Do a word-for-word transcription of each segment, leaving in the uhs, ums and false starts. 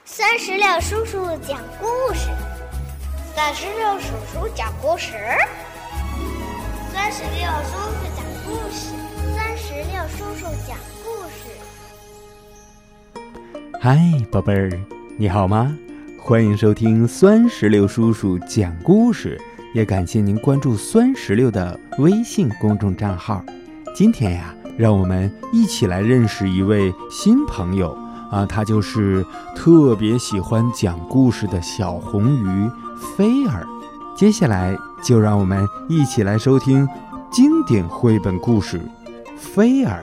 三十六叔叔讲故事，三十六叔叔讲故事，三十六叔叔讲故事，三十六叔叔讲故事。 嗨，宝贝儿，你好吗？欢迎收听酸石榴叔叔讲故事，也感谢您关注酸石榴的微信公众账号。今天呀，让我们一起来认识一位新朋友啊，他就是特别喜欢讲故事的小红鱼菲儿。接下来就让我们一起来收听经典绘本故事《菲儿》。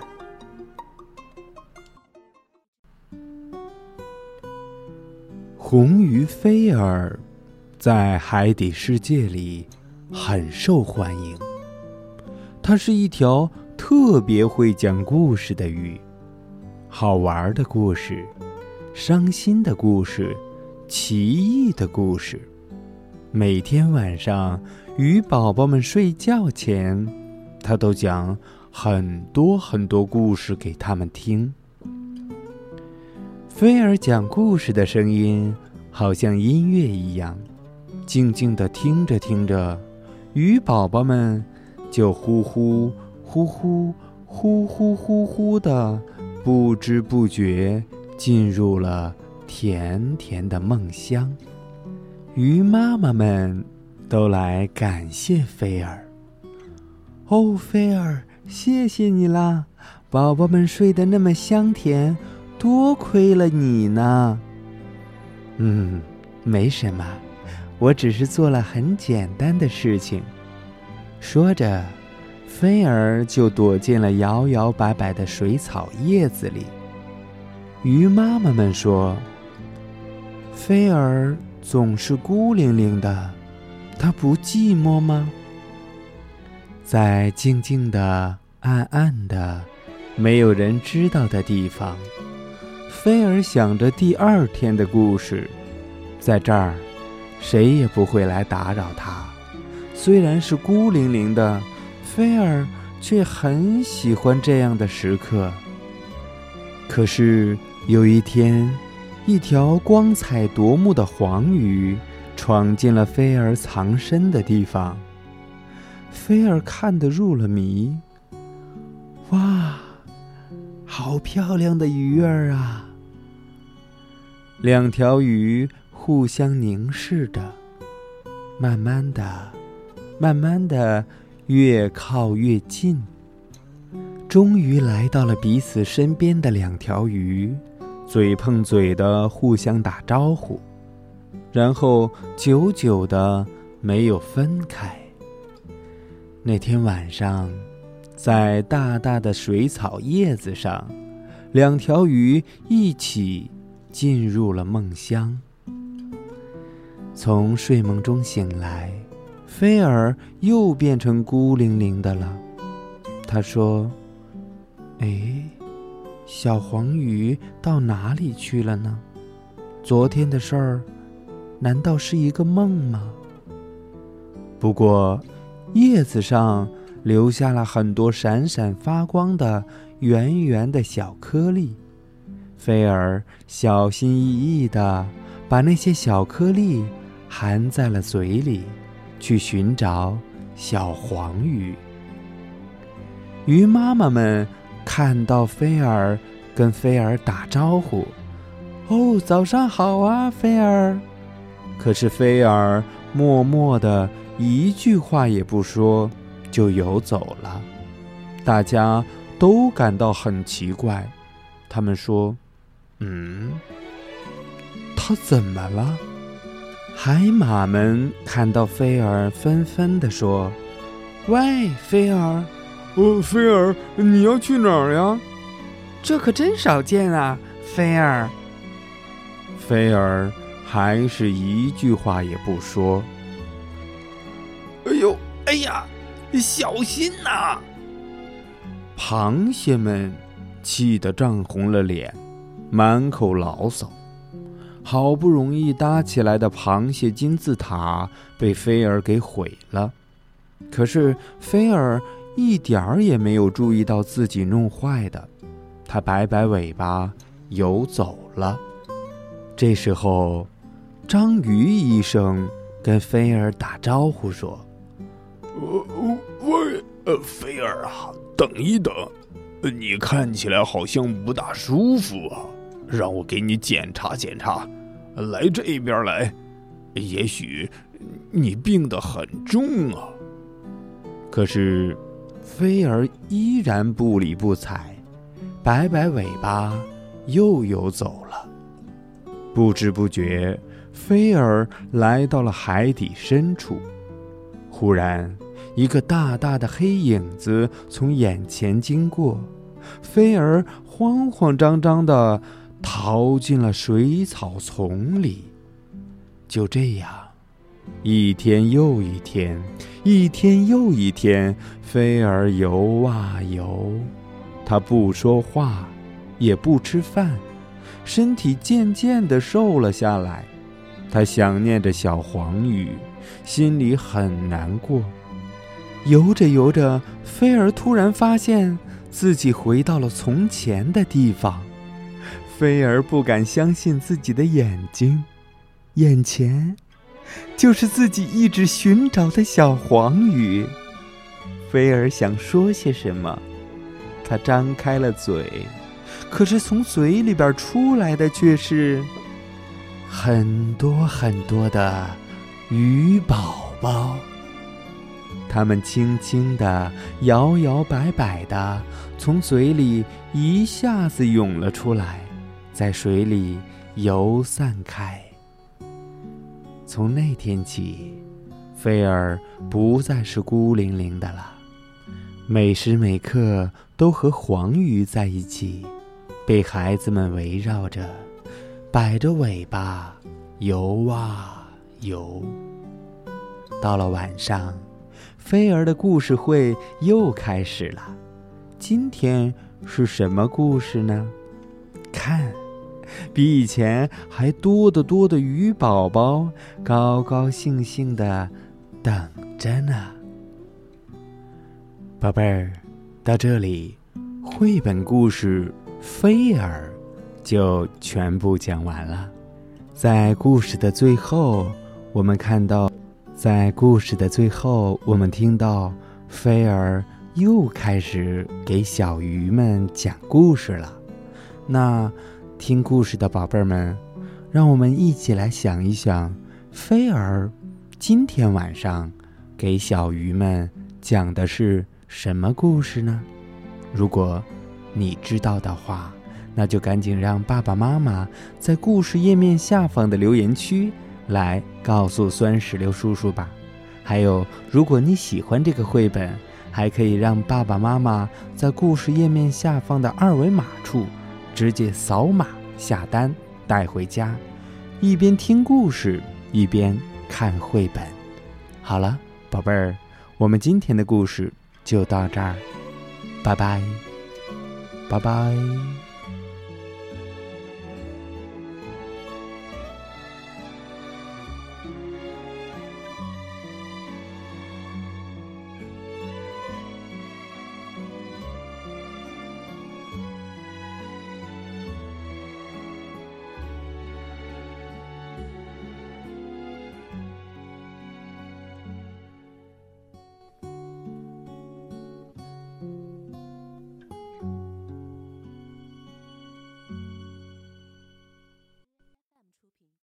红鱼菲儿在海底世界里很受欢迎，它是一条特别会讲故事的鱼，好玩的故事，伤心的故事，奇异的故事。每天晚上鱼宝宝们睡觉前，它都讲很多很多故事给他们听。菲儿讲故事的声音好像音乐一样，静静地听着听着，鱼宝宝们就呼呼呼呼呼呼呼呼的不知不觉进入了甜甜的梦乡。鱼妈妈们都来感谢菲儿。哦，菲儿，谢谢你啦，宝宝们睡得那么香甜，多亏了你呢。嗯，没什么，我只是做了很简单的事情。说着，菲儿就躲进了摇摇摆摆的水草叶子里。鱼妈妈们说，菲儿总是孤零零的，她不寂寞吗？在静静的、暗暗的、没有人知道的地方，菲儿想着第二天的故事。在这儿，谁也不会来打扰她。虽然是孤零零的，菲儿却很喜欢这样的时刻。可是有一天，一条光彩夺目的黄鱼闯进了菲儿藏身的地方。菲儿看得入了迷。哇，好漂亮的鱼儿啊！两条鱼互相凝视着，慢慢的慢慢的越靠越近，终于来到了彼此身边的两条鱼，嘴碰嘴的互相打招呼，然后久久的没有分开。那天晚上，在大大的水草叶子上，两条鱼一起进入了梦乡。从睡梦中醒来，菲儿又变成孤零零的了。她说，哎，小黄鱼到哪里去了呢？昨天的事儿难道是一个梦吗？不过叶子上留下了很多闪闪发光的圆圆的小颗粒，菲儿小心翼翼地把那些小颗粒含在了嘴里，去寻找小黄鱼。鱼妈妈们看到菲儿，跟菲儿打招呼，哦，早上好啊，菲儿。可是菲儿默默地一句话也不说，就游走了。大家都感到很奇怪，他们说，嗯，他怎么了？海马们看到菲儿，纷纷地说，喂，菲儿， 呃，菲儿，你要去哪儿呀？ 这可真少见啊，菲儿。菲儿还是一句话也不说。 哎呦，哎呀，小心呐！ 螃蟹们气得涨红了脸，满口牢骚。好不容易搭起来的螃蟹金字塔被菲儿给毁了，可是菲儿一点儿也没有注意到自己弄坏的，它摆摆尾巴游走了。 这时候，章鱼医生跟菲儿打招呼说：“ 呃，喂，呃，菲儿啊，等一等，你看起来好像不大舒服啊，让我给你检查检查。来这边来，也许你病得很重啊。” 可是，菲儿依然不理不睬，摆摆尾巴，又游走了。不知不觉，菲儿来到了海底深处。忽然，一个大大的黑影子从眼前经过，菲儿慌慌张张地逃进了水草丛里。就这样，一天又一天，一天又一天，菲儿游啊游，她不说话，也不吃饭，身体渐渐地瘦了下来。她想念着小黄鱼，心里很难过。游着游着，菲儿突然发现自己回到了从前的地方。菲儿不敢相信自己的眼睛，眼前就是自己一直寻找的小黄鱼。菲儿想说些什么，她张开了嘴，可是从嘴里边出来的却是很多很多的鱼宝宝。它们轻轻地、摇摇摆摆地从嘴里一下子涌了出来，在水里游散开。从那天起，菲儿不再是孤零零的了，每时每刻都和黄鱼在一起，被孩子们围绕着，摆着尾巴游啊游。到了晚上，菲儿的故事会又开始了。今天是什么故事呢？看，比以前还多得多的鱼宝宝高高兴兴地等着呢。宝贝儿，到这里，绘本故事《菲儿》就全部讲完了。在故事的最后，我们看到在故事的最后，我们听到菲儿又开始给小鱼们讲故事了。那听故事的宝贝们，让我们一起来想一想，菲儿今天晚上给小鱼们讲的是什么故事呢？如果你知道的话，那就赶紧让爸爸妈妈在故事页面下方的留言区来告诉酸石榴叔叔吧。还有，如果你喜欢这个绘本，还可以让爸爸妈妈在故事页面下方的二维码处直接扫码下单带回家，一边听故事一边看绘本。好了，宝贝儿，我们今天的故事就到这儿，拜拜，拜拜。